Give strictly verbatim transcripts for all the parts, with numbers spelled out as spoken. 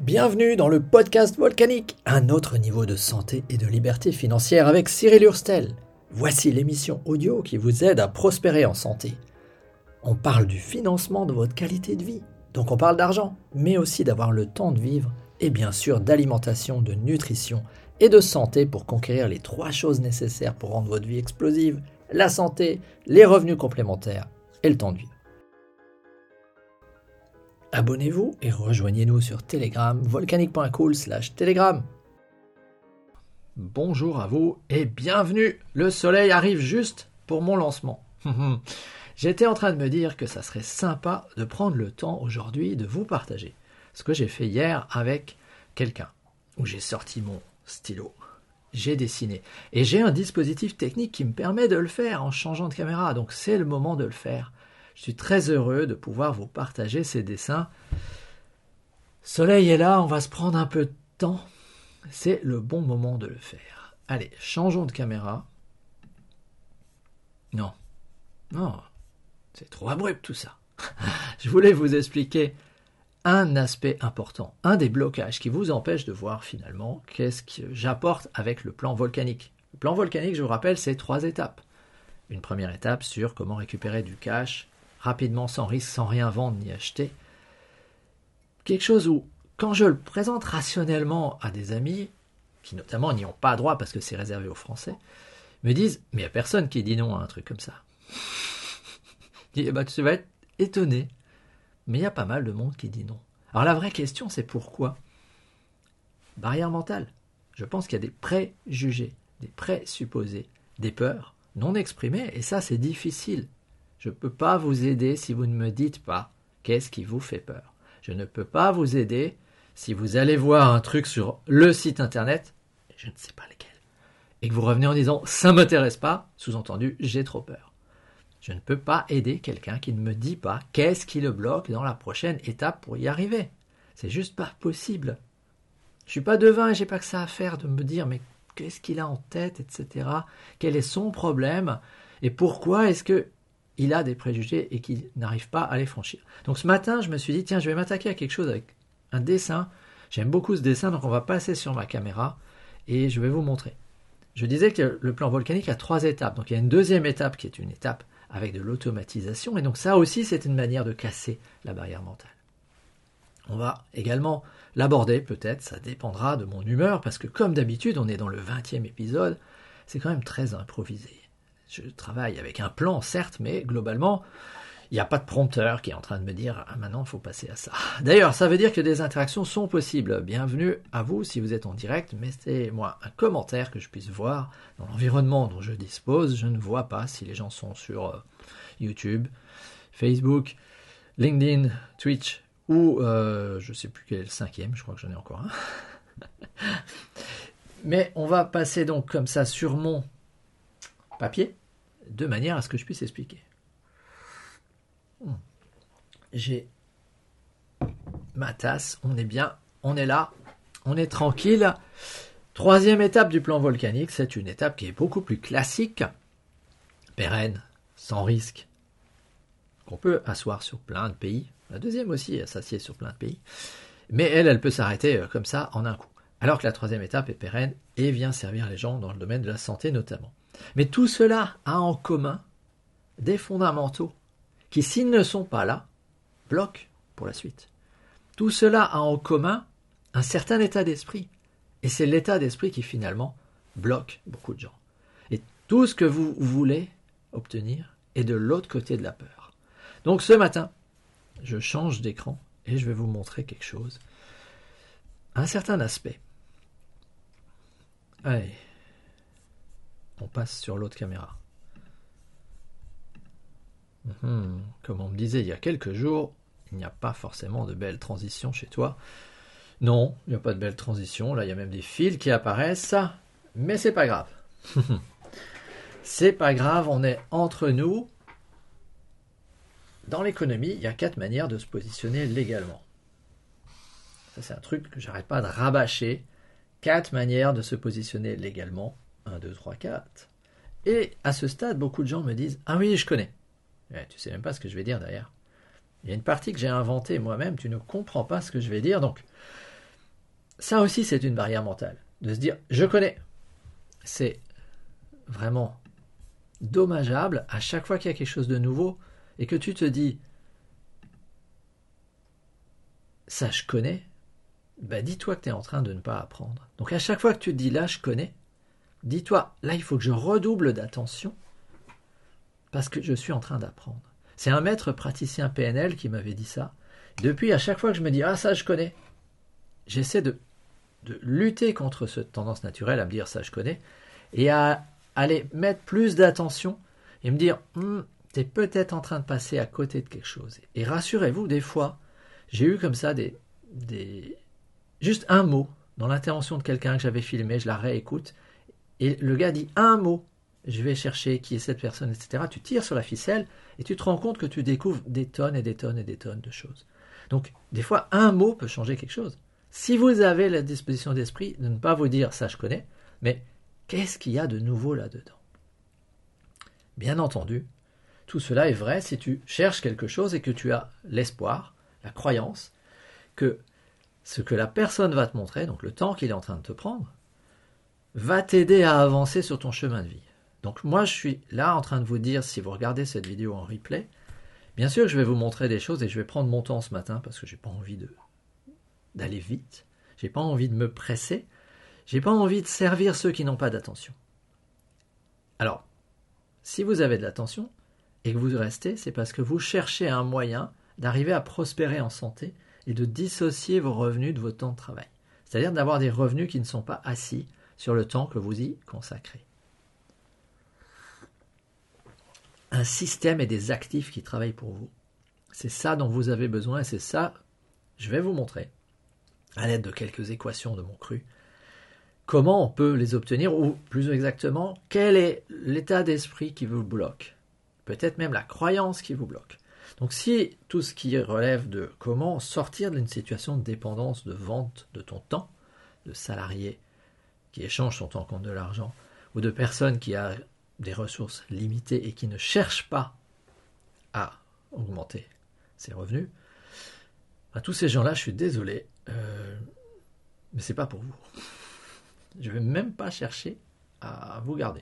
Bienvenue dans le podcast volcanique, un autre niveau de santé et de liberté financière avec Cyril Hurstel. Voici l'émission audio qui vous aide à prospérer en santé. On parle du financement de votre qualité de vie, donc on parle d'argent, mais aussi d'avoir le temps de vivre et bien sûr d'alimentation, de nutrition et de santé pour conquérir les trois choses nécessaires pour rendre votre vie explosive, la santé, les revenus complémentaires et le temps de vivre. Abonnez-vous et rejoignez-nous sur Telegram, volcanique point cool slash telegram. Bonjour à vous et bienvenue. Le soleil arrive juste pour mon lancement. J'étais en train de me dire que ça serait sympa de prendre le temps aujourd'hui de vous partager ce que j'ai fait hier avec quelqu'un, où j'ai sorti mon stylo, j'ai dessiné et j'ai un dispositif technique qui me permet de le faire en changeant de caméra, donc c'est le moment de le faire. Je suis très heureux de pouvoir vous partager ces dessins. Soleil est là, on va se prendre un peu de temps. C'est le bon moment de le faire. Allez, changeons de caméra. Non, non, c'est trop abrupt tout ça. Je voulais vous expliquer un aspect important, un des blocages qui vous empêche de voir finalement qu'est-ce que j'apporte avec le plan volcanique. Le plan volcanique, je vous rappelle, c'est trois étapes. Une première étape sur comment récupérer du cash rapidement, sans risque, sans rien vendre ni acheter. Quelque chose où, quand je le présente rationnellement à des amis, qui notamment n'y ont pas droit parce que c'est réservé aux Français, me disent « mais il n'y a personne qui dit non à un truc comme ça ». Je dis eh ben, « tu vas être étonné, mais il y a pas mal de monde qui dit non ». Alors la vraie question, c'est pourquoi ? Barrière mentale. Je pense qu'il y a des préjugés, des présupposés, des peurs non exprimées, et ça c'est difficile. Je ne peux pas vous aider si vous ne me dites pas qu'est-ce qui vous fait peur. Je ne peux pas vous aider si vous allez voir un truc sur le site internet, je ne sais pas lequel, et que vous revenez en disant « ça ne m'intéresse pas », sous-entendu « j'ai trop peur ». Je ne peux pas aider quelqu'un qui ne me dit pas qu'est-ce qui le bloque dans la prochaine étape pour y arriver. C'est juste pas possible. Je ne suis pas devin et je n'ai pas que ça à faire de me dire « mais qu'est-ce qu'il a en tête, et cetera. Quel est son problème et pourquoi est-ce que il a des préjugés et qu'il n'arrive pas à les franchir. » Donc ce matin, je me suis dit, tiens, je vais m'attaquer à quelque chose avec un dessin. J'aime beaucoup ce dessin, donc on va passer sur ma caméra et je vais vous montrer. Je disais que le plan volcanique a trois étapes. Donc il y a une deuxième étape qui est une étape avec de l'automatisation. Et donc ça aussi, c'est une manière de casser la barrière mentale. On va également l'aborder, peut-être, ça dépendra de mon humeur, parce que comme d'habitude, on est dans le vingtième épisode, c'est quand même très improvisé. Je travaille avec un plan, certes, mais globalement, il n'y a pas de prompteur qui est en train de me dire « ah, maintenant, il faut passer à ça ». D'ailleurs, ça veut dire que des interactions sont possibles. Bienvenue à vous si vous êtes en direct. Mettez-moi un commentaire que je puisse voir dans l'environnement dont je dispose. Je ne vois pas si les gens sont sur euh, YouTube, Facebook, LinkedIn, Twitch ou euh, je ne sais plus quel est le cinquième, je crois que j'en ai encore un. Mais on va passer donc comme ça sur mon papier, de manière à ce que je puisse expliquer. Hmm. J'ai ma tasse, on est bien, on est là, on est tranquille. Troisième étape du plan volcanique, c'est une étape qui est beaucoup plus classique, pérenne, sans risque, qu'on peut asseoir sur plein de pays. La deuxième aussi, elle s'assied sur plein de pays. Mais elle, elle peut s'arrêter comme ça en un coup. Alors que la troisième étape est pérenne et vient servir les gens dans le domaine de la santé notamment. Mais tout cela a en commun des fondamentaux qui, s'ils ne sont pas là, bloquent pour la suite. Tout cela a en commun un certain état d'esprit. Et c'est l'état d'esprit qui, finalement, bloque beaucoup de gens. Et tout ce que vous voulez obtenir est de l'autre côté de la peur. Donc ce matin, je change d'écran et je vais vous montrer quelque chose. Un certain aspect. Allez. On passe sur l'autre caméra. Mmh. Comme on me disait il y a quelques jours, il n'y a pas forcément de belles transitions chez toi. Non, il n'y a pas de belles transitions. Là, il y a même des fils qui apparaissent. Mais c'est pas grave. C'est pas grave, on est entre nous. Dans l'économie, il y a quatre manières de se positionner légalement. Ça, c'est un truc que j'arrête pas de rabâcher. Quatre manières de se positionner légalement. un, deux, trois, quatre. Et à ce stade, beaucoup de gens me disent « Ah oui, je connais. » Tu sais même pas ce que je vais dire derrière. Il y a une partie que j'ai inventée moi-même, tu ne comprends pas ce que je vais dire. Donc, Ça aussi, c'est une barrière mentale. De se dire, je connais. C'est vraiment dommageable à chaque fois qu'il y a quelque chose de nouveau et que tu te dis, ça je connais, ben dis-toi que tu es en train de ne pas apprendre. Donc à chaque fois que tu te dis, là je connais, dis-toi, là il faut que je redouble d'attention parce que je suis en train d'apprendre. C'est un maître praticien P N L qui m'avait dit ça. Depuis, à chaque fois que je me dis, ah ça je connais, j'essaie de, de lutter contre cette tendance naturelle à me dire, ça je connais, et à aller mettre plus d'attention et me dire, hm, tu es peut-être en train de passer à côté de quelque chose. Et rassurez-vous, des fois, j'ai eu comme ça des, des... juste un mot dans l'intervention de quelqu'un que j'avais filmé, je la réécoute, et le gars dit un mot, je vais chercher qui est cette personne, et cetera. Tu tires sur la ficelle et tu te rends compte que tu découvres des tonnes et des tonnes et des tonnes de choses. Donc, des fois, un mot peut changer quelque chose. Si vous avez la disposition d'esprit de ne pas vous dire « ça, je connais », mais qu'est-ce qu'il y a de nouveau là-dedans? Bien entendu, tout cela est vrai si tu cherches quelque chose et que tu as l'espoir, la croyance, que ce que la personne va te montrer, donc le temps qu'il est en train de te prendre, va t'aider à avancer sur ton chemin de vie. Donc moi, je suis là en train de vous dire, si vous regardez cette vidéo en replay, bien sûr que je vais vous montrer des choses et je vais prendre mon temps ce matin parce que j'ai pas envie de, d'aller vite, j'ai pas envie de me presser, j'ai pas envie de servir ceux qui n'ont pas d'attention. Alors, si vous avez de l'attention et que vous restez, c'est parce que vous cherchez un moyen d'arriver à prospérer en santé et de dissocier vos revenus de votre temps de travail. C'est-à-dire d'avoir des revenus qui ne sont pas assis sur le temps que vous y consacrez. Un système et des actifs qui travaillent pour vous. C'est ça dont vous avez besoin et c'est ça, je vais vous montrer, à l'aide de quelques équations de mon cru, comment on peut les obtenir, ou plus exactement, quel est l'état d'esprit qui vous bloque. Peut-être même la croyance qui vous bloque. Donc si tout ce qui relève de comment sortir d'une situation de dépendance, de vente de ton temps, de salarié qui échange son temps contre de l'argent, ou de personne qui a des ressources limitées et qui ne cherche pas à augmenter ses revenus, à tous ces gens-là, je suis désolé, euh, mais c'est pas pour vous. Je vais même pas chercher à vous garder.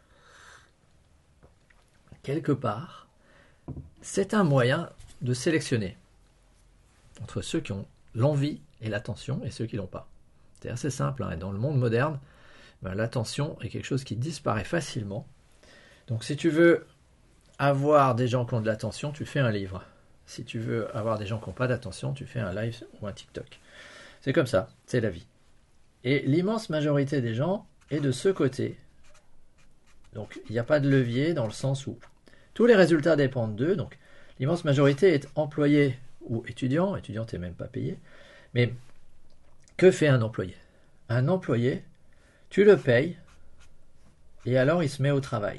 Quelque part, c'est un moyen de sélectionner entre ceux qui ont l'envie et l'attention et ceux qui l'ont pas. C'est assez simple, hein, et dans le monde moderne, ben, l'attention est quelque chose qui disparaît facilement. Donc si tu veux avoir des gens qui ont de l'attention, tu fais un livre. Si tu veux avoir des gens qui n'ont pas d'attention, tu fais un live ou un TikTok. C'est comme ça, c'est la vie. Et l'immense majorité des gens est de ce côté. Donc il n'y a pas de levier dans le sens où tous les résultats dépendent d'eux. Donc l'immense majorité est employé ou étudiant. Étudiant, tu n'es même pas payé. Mais que fait un employé? Un employé, tu le payes et alors il se met au travail.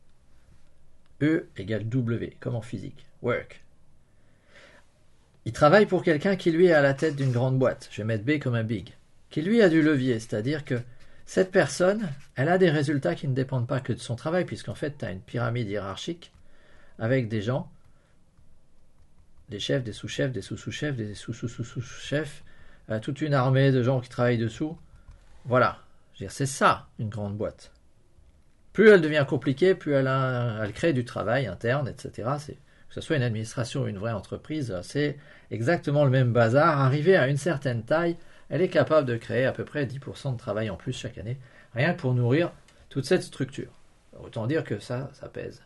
E égale W, comme en physique. Work. Il travaille pour quelqu'un qui lui est à la tête d'une grande boîte. Je vais mettre B comme un big. Qui lui a du levier, c'est-à-dire que cette personne, elle a des résultats qui ne dépendent pas que de son travail, puisqu'en fait, tu as une pyramide hiérarchique avec des gens, des chefs, des sous-chefs, des sous-sous-chefs, des sous-sous-sous-sous-chefs, euh, toute une armée de gens qui travaillent dessous. Voilà. Je veux dire, c'est ça, une grande boîte. Plus elle devient compliquée, plus elle, a, elle crée du travail interne, et cetera. C'est, que ce soit une administration ou une vraie entreprise, c'est exactement le même bazar. Arrivé à une certaine taille, elle est capable de créer à peu près dix pour cent de travail en plus chaque année, rien que pour nourrir toute cette structure. Autant dire que ça, ça pèse.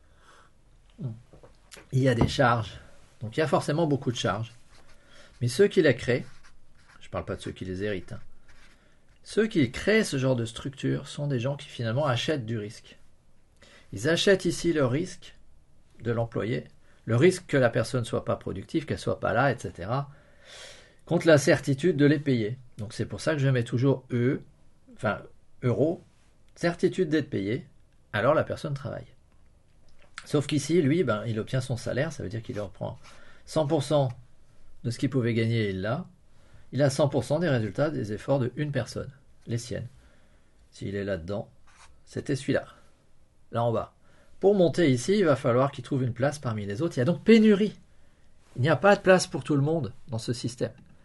Il y a des charges. Donc il y a forcément beaucoup de charges. Mais ceux qui les créent, je ne parle pas de ceux qui les héritent, hein, ceux qui créent ce genre de structure sont des gens qui finalement achètent du risque. Ils achètent ici le risque de l'employé, le risque que la personne ne soit pas productive, qu'elle ne soit pas là, et cetera, contre la certitude de les payer. Donc c'est pour ça que je mets toujours E, enfin euros, certitude d'être payé, alors la personne travaille. Sauf qu'ici, lui, ben, il obtient son salaire, ça veut dire qu'il reprend cent pour cent de ce qu'il pouvait gagner, il l'a. Il a cent pour cent des résultats des efforts de une personne, les siennes. S'il est là-dedans, c'était celui-là, là en bas. Pour monter ici, il va falloir qu'il trouve une place parmi les autres. Il y a donc pénurie. Il n'y a pas de place pour tout le monde dans ce système.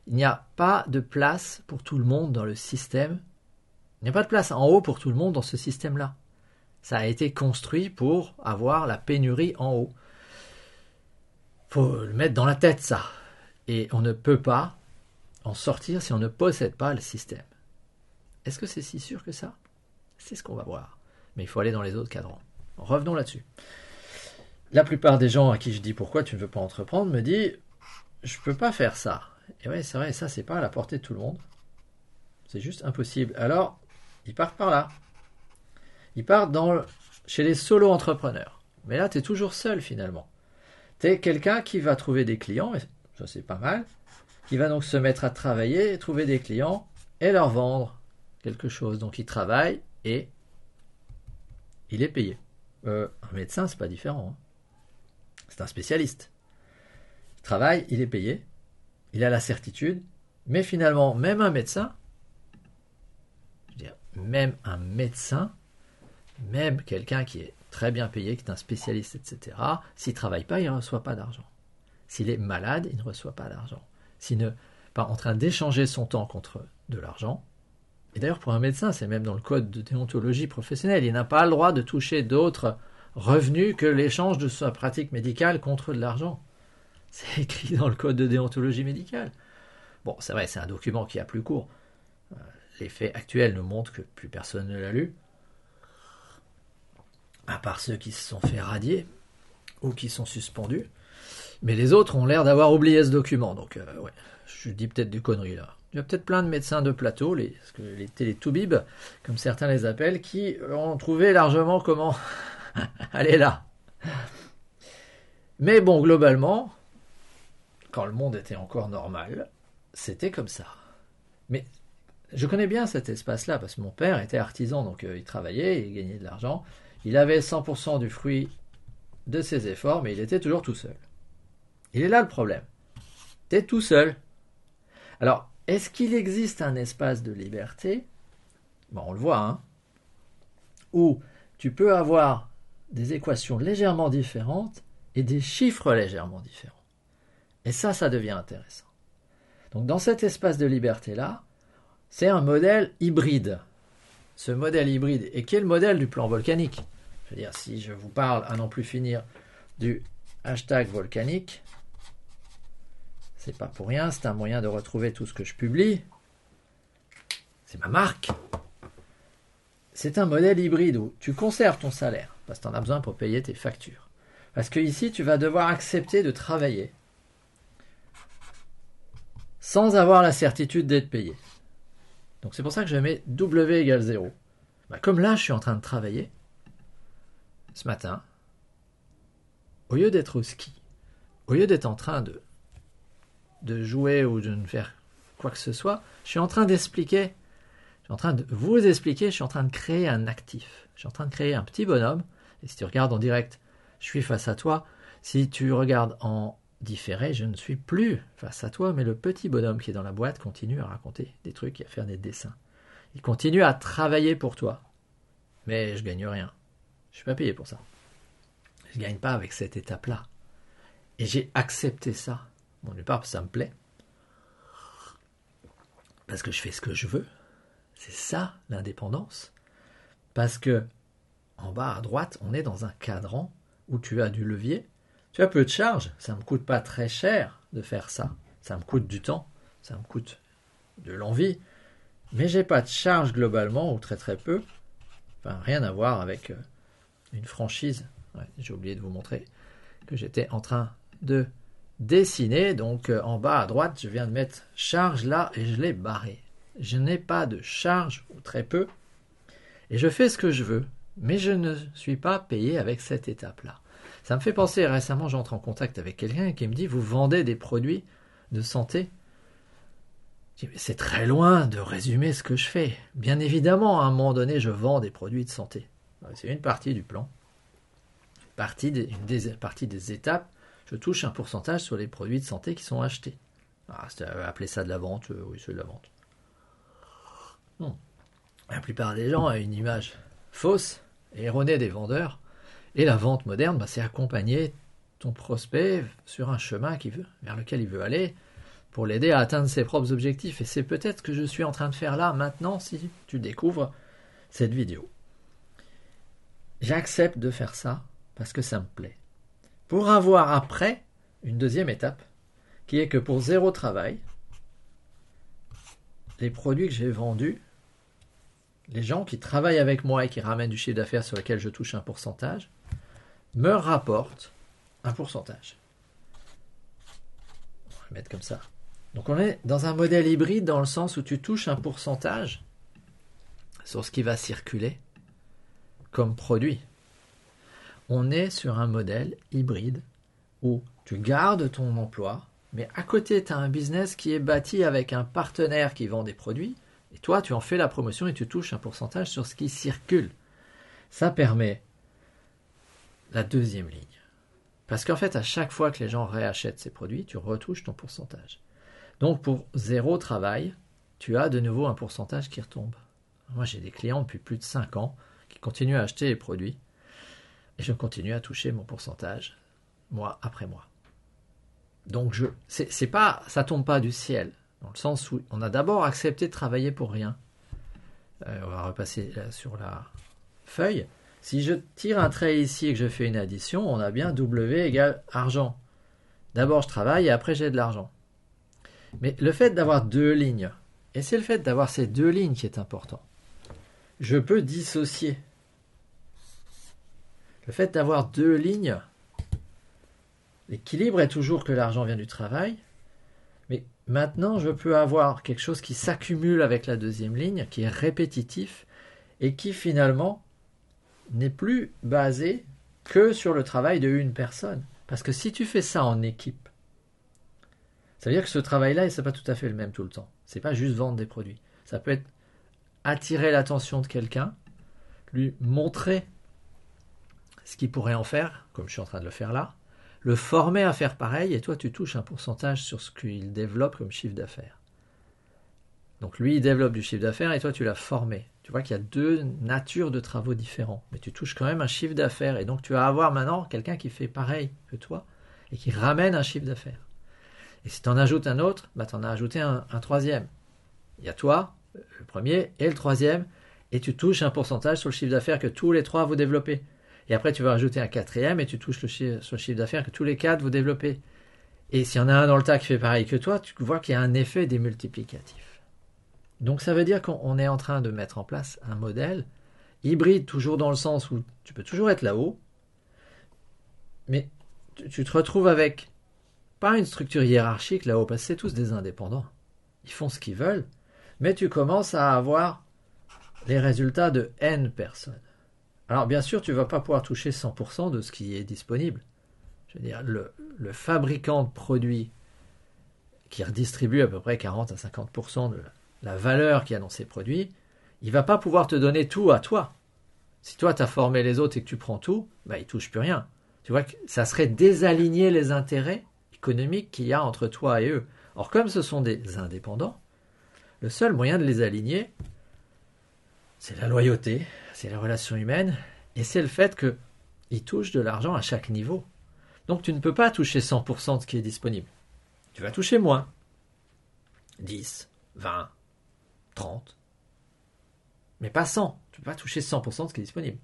Il n'y a pas de place pour tout le monde dans le système. Il n'y a pas de place en haut pour tout le monde dans ce système-là. Ça a été construit pour avoir la pénurie en haut. Il faut le mettre dans la tête, ça. Et on ne peut pas en sortir si on ne possède pas le système. Est-ce que c'est si sûr que ça? C'est ce qu'on va voir. Mais il faut aller dans les autres cadrans. Revenons là-dessus. La plupart des gens à qui je dis pourquoi tu ne veux pas entreprendre me disent je ne peux pas faire ça. Et ouais, c'est vrai, ça, c'est pas à la portée de tout le monde. C'est juste impossible. Alors, ils partent par là. Ils partent dans, chez les solo-entrepreneurs. Mais là, tu es toujours seul finalement. Tu es quelqu'un qui va trouver des clients, et ça c'est pas mal, qui va donc se mettre à travailler, trouver des clients et leur vendre quelque chose. Donc il travaille et il est payé. Euh, un médecin, c'est pas différent. Hein. C'est un spécialiste. Il travaille, il est payé, il a la certitude, mais finalement, même un médecin, je veux dire, même un médecin, même quelqu'un qui est très bien payé, qui est un spécialiste, et cetera, s'il ne travaille pas, il ne reçoit pas d'argent. S'il est malade, il ne reçoit pas d'argent. S'il n'est pas en train d'échanger son temps contre de l'argent, et d'ailleurs pour un médecin, c'est même dans le code de déontologie professionnelle, il n'a pas le droit de toucher d'autres revenus que l'échange de sa pratique médicale contre de l'argent. C'est écrit dans le code de déontologie médicale. Bon, c'est vrai, c'est un document qui a plus court. Les faits actuels nous montrent que plus personne ne l'a lu, à part ceux qui se sont fait radier ou qui sont suspendus. Mais les autres ont l'air d'avoir oublié ce document. Donc, euh, ouais, je dis peut-être des conneries là. Il y a peut-être plein de médecins de plateau, les, les télétoubibs, comme certains les appellent, qui ont trouvé largement comment aller là. Mais bon, globalement, quand le monde était encore normal, c'était comme ça. Mais je connais bien cet espace-là, parce que mon père était artisan, donc euh, il travaillait, il gagnait de l'argent. Il avait cent pour cent du fruit de ses efforts, mais il était toujours tout seul. Il est là le problème. Tu es tout seul. Alors, est-ce qu'il existe un espace de liberté? Bon, on le voit, hein, où tu peux avoir des équations légèrement différentes et des chiffres légèrement différents. Et ça, ça devient intéressant. Donc, dans cet espace de liberté-là, c'est un modèle hybride. Ce modèle hybride, et qui est le modèle du plan volcanique. Je veux dire, si je vous parle, à n'en plus finir, du hashtag volcanique, c'est pas pour rien, c'est un moyen de retrouver tout ce que je publie. C'est ma marque. C'est un modèle hybride où tu conserves ton salaire, parce que tu en as besoin pour payer tes factures. Parce que ici, tu vas devoir accepter de travailler sans avoir la certitude d'être payé. Donc c'est pour ça que je mets W égale zéro. Bah, comme là, je suis en train de travailler, ce matin, au lieu d'être au ski, au lieu d'être en train de, de jouer ou de ne faire quoi que ce soit, je suis en train d'expliquer, je suis en train de vous expliquer, je suis en train de créer un actif. Je suis en train de créer un petit bonhomme, et si tu regardes en direct, je suis face à toi. Si tu regardes en différé, je ne suis plus face à toi, mais le petit bonhomme qui est dans la boîte continue à raconter des trucs et à faire des dessins. Il continue à travailler pour toi. Mais je gagne rien. Je suis pas payé pour ça. Je gagne pas avec cette étape-là. Et j'ai accepté ça. Bon, d'une part, ça me plaît. Parce que je fais ce que je veux. C'est ça, l'indépendance. Parce que, en bas à droite, on est dans un cadran où tu as du levier. Tu as peu de charge. Ça ne me coûte pas très cher de faire ça. Ça me coûte du temps. Ça me coûte de l'envie. Mais j'ai pas de charge globalement, ou très très peu. Enfin, rien à voir avec euh, une franchise. Ouais, j'ai oublié de vous montrer que j'étais en train de dessiner. Donc euh, en bas à droite, je viens de mettre charge là et je l'ai barré. Je n'ai pas de charge, ou très peu. Et je fais ce que je veux. Mais je ne suis pas payé avec cette étape-là. Ça me fait penser, récemment j'entre en contact avec quelqu'un qui me dit « Vous vendez des produits de santé ?» Je dis, mais c'est très loin de résumer ce que je fais. Bien évidemment, à un moment donné, je vends des produits de santé. C'est une partie du plan. Une partie des, une des, partie des étapes, je touche un pourcentage sur les produits de santé qui sont achetés. Ah, appelez ça de la vente, euh, oui, c'est de la vente. Non. La plupart des gens ont une image fausse et erronée des vendeurs. Et la vente moderne, bah, c'est accompagner ton prospect sur un chemin qui veut, vers lequel il veut aller, pour l'aider à atteindre ses propres objectifs. Et c'est peut-être ce que je suis en train de faire là, maintenant, si tu découvres cette vidéo. J'accepte de faire ça parce que ça me plaît. Pour avoir après une deuxième étape, qui est que pour zéro travail, les produits que j'ai vendus, les gens qui travaillent avec moi et qui ramènent du chiffre d'affaires sur lequel je touche un pourcentage, me rapportent un pourcentage. On va le mettre comme ça. Donc on est dans un modèle hybride dans le sens où tu touches un pourcentage sur ce qui va circuler comme produit. On est sur un modèle hybride où tu gardes ton emploi, mais à côté, tu as un business qui est bâti avec un partenaire qui vend des produits, et toi, tu en fais la promotion et tu touches un pourcentage sur ce qui circule. Ça permet la deuxième ligne. Parce qu'en fait, à chaque fois que les gens réachètent ces produits, tu retouches ton pourcentage. Donc, pour zéro travail, tu as de nouveau un pourcentage qui retombe. Moi, j'ai des clients depuis plus de cinq ans qui continuent à acheter les produits, et je continue à toucher mon pourcentage, mois après mois. Donc, je, c'est, c'est pas, ça tombe pas du ciel, dans le sens où on a d'abord accepté de travailler pour rien. Euh, on va repasser là sur la feuille. Si je tire un trait ici et que je fais une addition, on a bien W égale argent. D'abord, je travaille et après, j'ai de l'argent. Mais le fait d'avoir deux lignes, et c'est le fait d'avoir ces deux lignes qui est important, je peux dissocier. Le fait d'avoir deux lignes, l'équilibre est toujours que l'argent vient du travail, mais maintenant je peux avoir quelque chose qui s'accumule avec la deuxième ligne, qui est répétitif, et qui finalement n'est plus basé que sur le travail de une personne. Parce que si tu fais ça en équipe, ça veut dire que ce travail-là, ce n'est pas tout à fait le même tout le temps. Ce n'est pas juste vendre des produits. Ça peut être attirer l'attention de quelqu'un, lui montrer ce qu'il pourrait en faire, comme je suis en train de le faire là, le former à faire pareil, et toi tu touches un pourcentage sur ce qu'il développe comme chiffre d'affaires. Donc lui il développe du chiffre d'affaires et toi tu l'as formé. Tu vois qu'il y a deux natures de travaux différents, mais tu touches quand même un chiffre d'affaires, et donc tu vas avoir maintenant quelqu'un qui fait pareil que toi, et qui ramène un chiffre d'affaires. Et si tu en ajoutes un autre, bah, tu en as ajouté un, un troisième. Il y a toi, le premier, et le troisième, et tu touches un pourcentage sur le chiffre d'affaires que tous les trois vous développez. Et après, tu vas rajouter un quatrième et tu touches le chiffre, sur le chiffre d'affaires que tous les quatre vous développez. Et s'il y en a un dans le tas qui fait pareil que toi, tu vois qu'il y a un effet démultiplicatif. Donc ça veut dire qu'on est en train de mettre en place un modèle hybride, toujours dans le sens où tu peux toujours être là-haut, mais tu, tu te retrouves avec pas une structure hiérarchique là-haut, parce que c'est tous des indépendants. Ils font ce qu'ils veulent, mais tu commences à avoir les résultats de N personnes. Alors bien sûr, tu ne vas pas pouvoir toucher cent pour cent de ce qui est disponible. Je veux dire, le, le fabricant de produits qui redistribue à peu près quarante à cinquante pour cent de la valeur qu'il y a dans ces produits, il ne va pas pouvoir te donner tout à toi. Si toi, tu as formé les autres et que tu prends tout, bah, ils ne touchent plus rien. Tu vois que ça serait désaligner les intérêts économiques qu'il y a entre toi et eux. Or, comme ce sont des indépendants, le seul moyen de les aligner, c'est la loyauté, c'est les relations humaines, et c'est le fait qu'ils touchent de l'argent à chaque niveau. Donc tu ne peux pas toucher cent pour cent de ce qui est disponible. Tu vas toucher moins. dix, vingt, trente. Mais pas cent. Tu ne peux pas toucher cent pour cent de ce qui est disponible.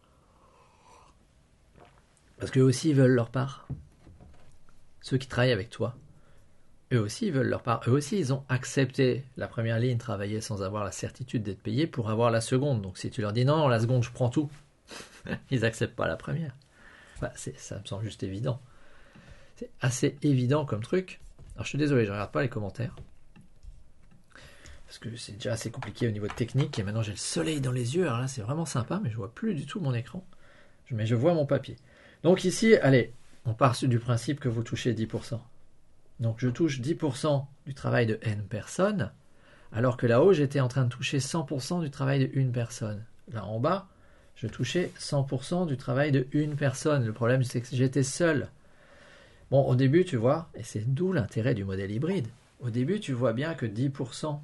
Parce qu'eux aussi, ils veulent leur part. Ceux qui travaillent avec toi, eux aussi, ils veulent leur part. Eux aussi, ils ont accepté la première ligne, travailler sans avoir la certitude d'être payé pour avoir la seconde. Donc si tu leur dis non, la seconde, je prends tout, ils n'acceptent pas la première. Bah, c'est, ça me semble juste évident. C'est assez évident comme truc. Alors je suis désolé, je ne regarde pas les commentaires. Parce que c'est déjà assez compliqué au niveau technique. Et maintenant j'ai le soleil dans les yeux. Alors là c'est vraiment sympa, mais je ne vois plus du tout mon écran. Mais je vois mon papier. Donc ici, allez, on part du principe que vous touchez dix pour cent. Donc je touche dix pour cent du travail de N personnes, alors que là-haut j'étais en train de toucher cent pour cent du travail de une personne. Là en bas, je touchais cent pour cent du travail de une personne. Le problème, c'est que j'étais seul. Bon, au début, tu vois, et c'est d'où l'intérêt du modèle hybride. Au début, tu vois bien que dix pour cent,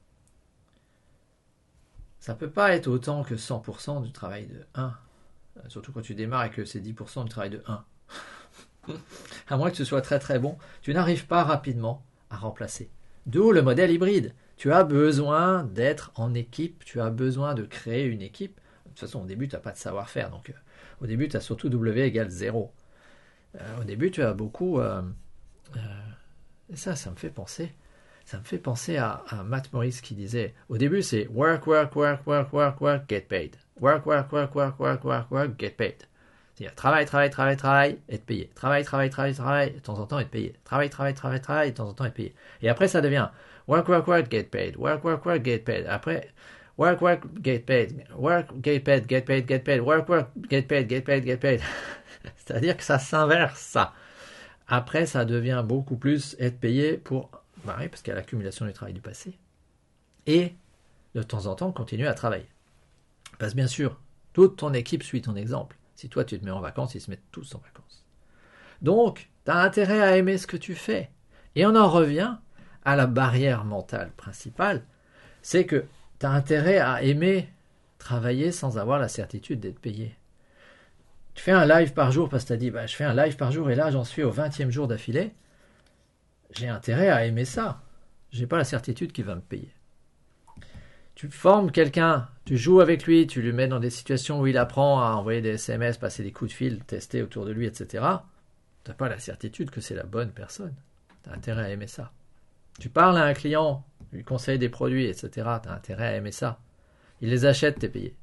ça ne peut pas être autant que cent pour cent du travail de un. Surtout quand tu démarres et que c'est dix pour cent du travail de un. À moins que ce soit très très bon, tu n'arrives pas rapidement à remplacer. D'où le modèle hybride. Tu as besoin d'être en équipe, tu as besoin de créer une équipe. De toute façon, au début, tu n'as pas de savoir-faire. Donc, euh, au début, tu as surtout W égale zéro. Euh, au début, tu as beaucoup... Euh, euh, et ça, ça me fait penser... Ça me fait penser à, à Matt Morris qui disait, au début c'est work, work, work, work, work, work, get paid. Work, work, work, work, work, work, work, get paid. C'est-à-dire travail, travail, travail, travail, être payé. Travail, travail, travail, travail, de temps en temps être payé. Travail, travail, travail, travail, de temps en temps être payé. Et après ça devient work, work, work, get paid. Work, work, work, get paid. Après, work, work, get paid. Work, get paid, get paid, get paid. Work, work, get paid, get paid, get paid. C'est-à-dire que ça s'inverse, ça. Après, ça devient beaucoup plus être payé pour... Bah oui, parce qu'il y a l'accumulation du travail du passé. Et, de temps en temps, continuer à travailler. Parce que bien sûr, toute ton équipe suit ton exemple. Si toi, tu te mets en vacances, ils se mettent tous en vacances. Donc, tu as intérêt à aimer ce que tu fais. Et on en revient à la barrière mentale principale, c'est que tu as intérêt à aimer travailler sans avoir la certitude d'être payé. Tu fais un live par jour parce que tu as dit, bah, je fais un live par jour et là, j'en suis au vingtième jour d'affilée. J'ai intérêt à aimer ça. Je n'ai pas la certitude qu'il va me payer. Tu formes quelqu'un, tu joues avec lui, tu lui mets dans des situations où il apprend à envoyer des S M S, passer des coups de fil, tester autour de lui, et cetera. Tu n'as pas la certitude que c'est la bonne personne. Tu as intérêt à aimer ça. Tu parles à un client, lui conseilles des produits, et cetera. Tu as intérêt à aimer ça. Il les achète, tu es payé.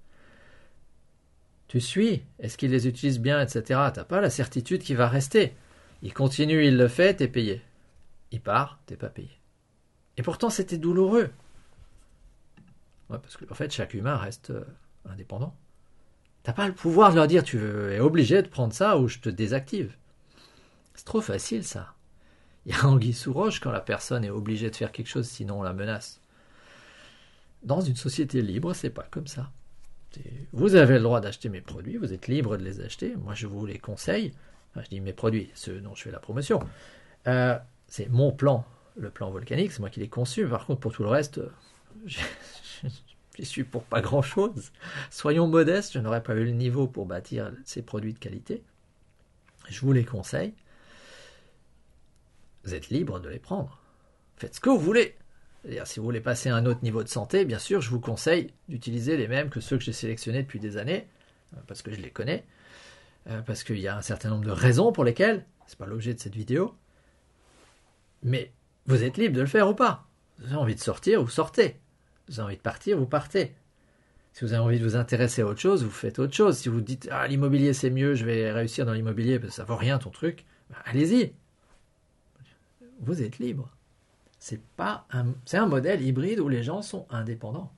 Tu suis, est-ce qu'il les utilise bien, et cetera. Tu n'as pas la certitude qu'il va rester. Il continue, il le fait, tu es payé. Il part, t'es pas payé. Et pourtant, c'était douloureux. Ouais, parce qu'en en fait, chaque humain reste euh, indépendant. T'as pas le pouvoir de leur dire, tu es obligé de prendre ça ou je te désactive. C'est trop facile, ça. Il y a anguille sous roche quand la personne est obligée de faire quelque chose, sinon on la menace. Dans une société libre, c'est pas comme ça. C'est... Vous avez le droit d'acheter mes produits, vous êtes libre de les acheter. Moi, je vous les conseille. Enfin, je dis mes produits, ceux dont je fais la promotion. Euh, C'est mon plan, le plan volcanique, c'est moi qui l'ai conçu. Par contre, pour tout le reste, j'y suis pour pas grand-chose. Soyons modestes, je n'aurais pas eu le niveau pour bâtir ces produits de qualité. Je vous les conseille. Vous êtes libre de les prendre. Faites ce que vous voulez. C'est-à-dire, si vous voulez passer à un autre niveau de santé, bien sûr, je vous conseille d'utiliser les mêmes que ceux que j'ai sélectionnés depuis des années, parce que je les connais, parce qu'il y a un certain nombre de raisons pour lesquelles, c'est pas l'objet de cette vidéo, mais vous êtes libre de le faire ou pas. Vous avez envie de sortir, vous sortez. Vous avez envie de partir, vous partez. Si vous avez envie de vous intéresser à autre chose, vous faites autre chose. Si vous dites, ah, l'immobilier c'est mieux, je vais réussir dans l'immobilier parce que ça vaut rien ton truc, ben, allez-y. Vous êtes libre. C'est pas un, c'est un modèle hybride où les gens sont indépendants.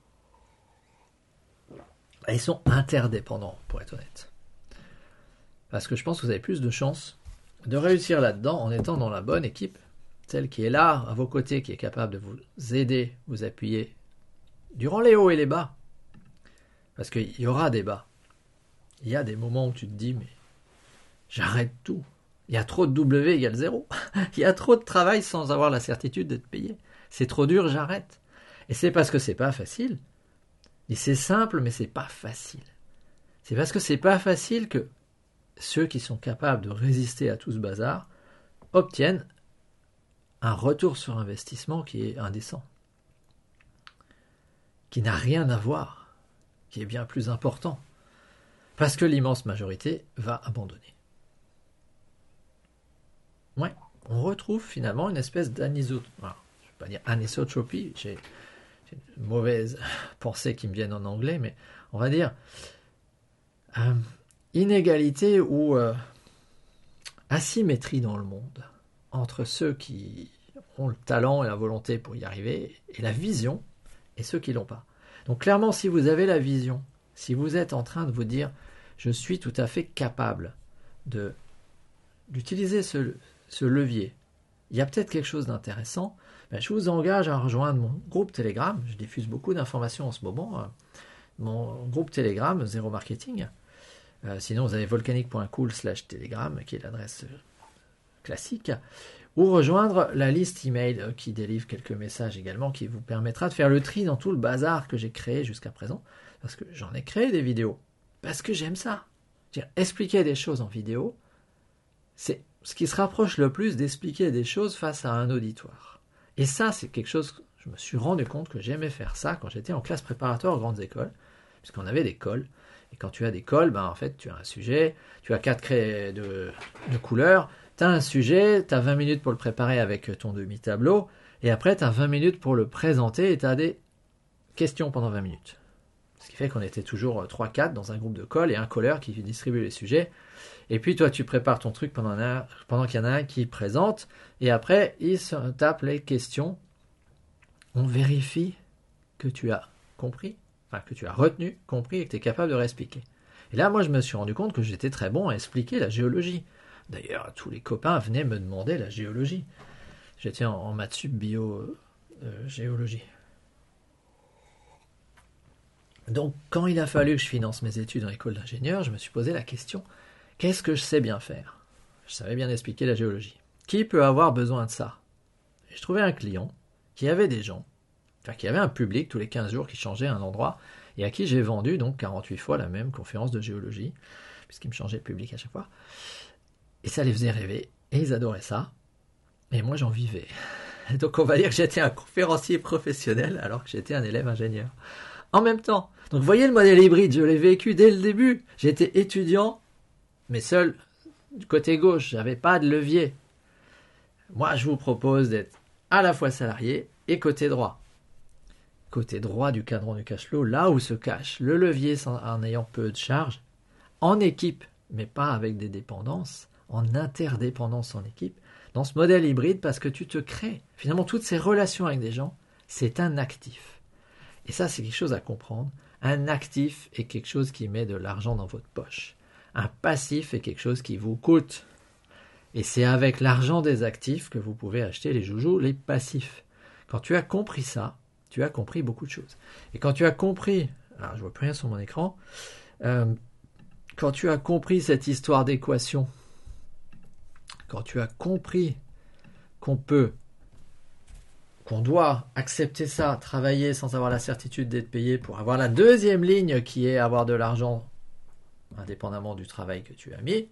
Et ils sont interdépendants, pour être honnête. Parce que je pense que vous avez plus de chances de réussir là-dedans en étant dans la bonne équipe, celle qui est là, à vos côtés, qui est capable de vous aider, vous appuyer, durant les hauts et les bas. Parce qu'il y aura des bas. Il y a des moments où tu te dis, mais j'arrête tout. Il y a trop de W égale zéro. Il y a trop de travail sans avoir la certitude d'être payé. C'est trop dur, j'arrête. Et c'est parce que c'est pas facile. Et c'est simple, mais c'est pas facile. C'est parce que c'est pas facile que ceux qui sont capables de résister à tout ce bazar obtiennent un retour sur investissement qui est indécent, qui n'a rien à voir, qui est bien plus important, parce que l'immense majorité va abandonner. Ouais, on retrouve finalement une espèce d'anisotropie. Voilà, je ne vais pas dire anisotropie, j'ai, j'ai une mauvaise pensée qui me vienne en anglais, mais on va dire euh, inégalité ou euh, asymétrie dans le monde entre ceux qui ont le talent et la volonté pour y arriver et la vision et ceux qui l'ont pas. Donc clairement, si vous avez la vision, si vous êtes en train de vous dire je suis tout à fait capable de d'utiliser ce, ce levier, il y a peut-être quelque chose d'intéressant, ben je vous engage à rejoindre mon groupe Telegram. Je diffuse beaucoup d'informations en ce moment. Mon groupe Telegram, Zéro Marketing. Euh, sinon, vous avez volcanique point cool slash telegram, qui est l'adresse classique. Ou rejoindre la liste email qui délivre quelques messages également, qui vous permettra de faire le tri dans tout le bazar que j'ai créé jusqu'à présent. Parce que j'en ai créé des vidéos. Parce que j'aime ça. C'est-à-dire, expliquer des choses en vidéo, c'est ce qui se rapproche le plus d'expliquer des choses face à un auditoire. Et ça, c'est quelque chose, je me suis rendu compte que j'aimais faire ça quand j'étais en classe préparatoire aux grandes écoles, puisqu'on avait des cols. Et quand tu as des cols, ben en fait, tu as un sujet, tu as quatre craies de, de couleurs, tu as un sujet, tu as vingt minutes pour le préparer avec ton demi-tableau, et après, tu as vingt minutes pour le présenter, et tu as des questions pendant vingt minutes. Ce qui fait qu'on était toujours trois quatre dans un groupe de cols, et un colleur qui distribue les sujets. Et puis toi, tu prépares ton truc pendant, un, pendant qu'il y en a un qui présente, et après, il se tape les questions. On vérifie que tu as compris, enfin que tu as retenu, compris, et que tu es capable de réexpliquer. Et là, moi, je me suis rendu compte que j'étais très bon à expliquer la géologie. D'ailleurs, tous les copains venaient me demander la géologie. J'étais en, en maths sup bio euh, euh, géologie. Donc, quand il a fallu que je finance mes études en école d'ingénieur, je me suis posé la question, qu'est-ce que je sais bien faire? Je savais bien expliquer la géologie. Qui peut avoir besoin de ça? Et je trouvais un client qui avait des gens, enfin qui avait un public tous les quinze jours qui changeait un endroit, et à qui j'ai vendu donc quarante-huit fois la même conférence de géologie, puisqu'il me changeait de public à chaque fois. Et ça les faisait rêver, et ils adoraient ça, et moi j'en vivais. Donc on va dire que j'étais un conférencier professionnel alors que j'étais un élève ingénieur. En même temps. Donc vous voyez le modèle hybride, je l'ai vécu dès le début. J'étais étudiant, mais seul du côté gauche, j'avais pas de levier. Moi, je vous propose d'être à la fois salarié et côté droit. Côté droit du cadran du cash flow, là où se cache le levier sans, en ayant peu de charges, en équipe, mais pas avec des dépendances, en interdépendance en équipe, dans ce modèle hybride, parce que tu te crées. Finalement, toutes ces relations avec des gens, c'est un actif. Et ça, c'est quelque chose à comprendre. Un actif est quelque chose qui met de l'argent dans votre poche. Un passif est quelque chose qui vous coûte. Et c'est avec l'argent des actifs que vous pouvez acheter les joujoux, les passifs. Quand tu as compris ça, tu as compris beaucoup de choses. Et quand tu as compris, alors je vois plus rien sur mon écran, euh, quand tu as compris cette histoire d'équation, quand tu as compris qu'on peut qu'on doit accepter ça, travailler sans avoir la certitude d'être payé pour avoir la deuxième ligne qui est avoir de l'argent indépendamment du travail que tu as mis,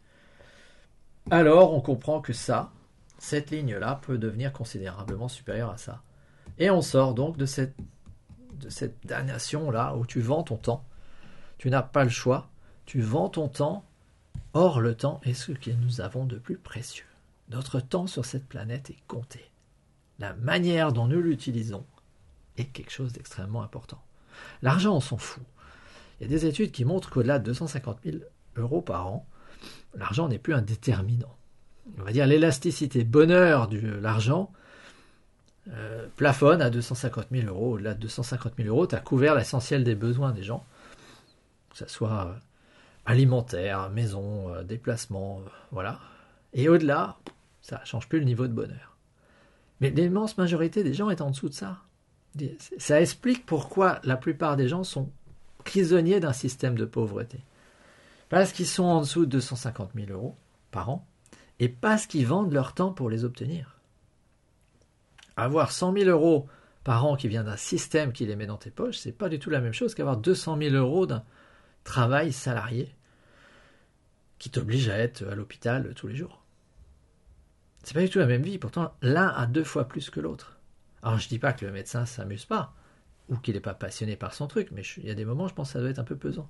alors on comprend que ça, cette ligne-là peut devenir considérablement supérieure à ça. Et on sort donc de cette, de cette damnation-là où tu vends ton temps. Tu n'as pas le choix, tu vends ton temps, or le temps est ce que nous avons de plus précieux. Notre temps sur cette planète est compté. La manière dont nous l'utilisons est quelque chose d'extrêmement important. L'argent, on s'en fout. Il y a des études qui montrent qu'au-delà de deux cent cinquante mille euros par an, l'argent n'est plus un déterminant. On va dire l'élasticité bonheur de l'argent euh, plafonne à deux cent cinquante mille euros. Au-delà de deux cent cinquante mille euros, tu as couvert l'essentiel des besoins des gens, que ce soit euh, alimentaire, maison, euh, déplacement, euh, voilà. Et au-delà, ça ne change plus le niveau de bonheur. Mais l'immense majorité des gens est en dessous de ça. Ça explique pourquoi la plupart des gens sont prisonniers d'un système de pauvreté. Parce qu'ils sont en dessous de deux cent cinquante mille euros par an et parce qu'ils vendent leur temps pour les obtenir. Avoir cent mille euros par an qui vient d'un système qui les met dans tes poches, c'est pas du tout la même chose qu'avoir deux cent mille euros d'un travail salarié qui t'oblige à être à l'hôpital tous les jours. C'est pas du tout la même vie, pourtant l'un a deux fois plus que l'autre. Alors je dis pas que le médecin s'amuse pas, ou qu'il n'est pas passionné par son truc, mais je, il y a des moments, je pense que ça doit être un peu pesant.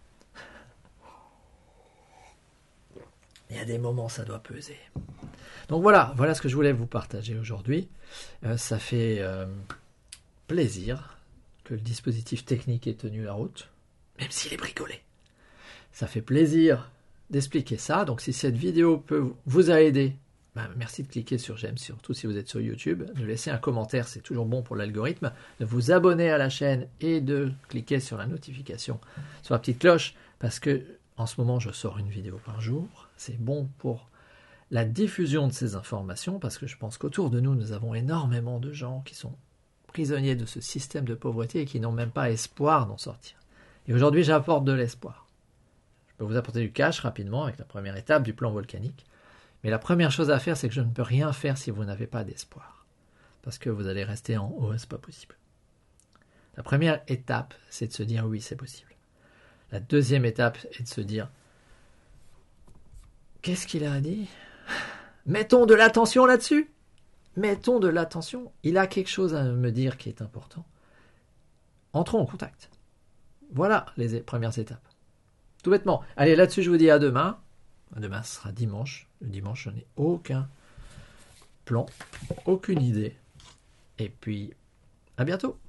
Il y a des moments, ça doit peser. Donc voilà, voilà ce que je voulais vous partager aujourd'hui. Euh, ça fait euh, plaisir que le dispositif technique ait tenu la route, même s'il est bricolé. Ça fait plaisir d'expliquer ça, donc si cette vidéo peut vous a aidé, ben, merci de cliquer sur j'aime, surtout si vous êtes sur YouTube, de laisser un commentaire, c'est toujours bon pour l'algorithme, de vous abonner à la chaîne et de cliquer sur la notification, sur la petite cloche, parce que en ce moment je sors une vidéo par jour, c'est bon pour la diffusion de ces informations, parce que je pense qu'autour de nous, nous avons énormément de gens qui sont prisonniers de ce système de pauvreté et qui n'ont même pas espoir d'en sortir. Et aujourd'hui, j'apporte de l'espoir. Je peux vous apporter du cash rapidement avec la première étape du plan volcanique. Mais la première chose à faire, c'est que je ne peux rien faire si vous n'avez pas d'espoir. Parce que vous allez rester en haut, c'est pas possible. La première étape, c'est de se dire oui, c'est possible. La deuxième étape est de se dire qu'est-ce qu'il a dit ? Mettons de l'attention là-dessus. Mettons de l'attention. Il a quelque chose à me dire qui est important. Entrons en contact. Voilà les premières étapes. Tout bêtement. Allez, là-dessus, je vous dis à demain. Demain, ce sera dimanche. Le dimanche, je n'ai aucun plan, aucune idée. Et puis, à bientôt.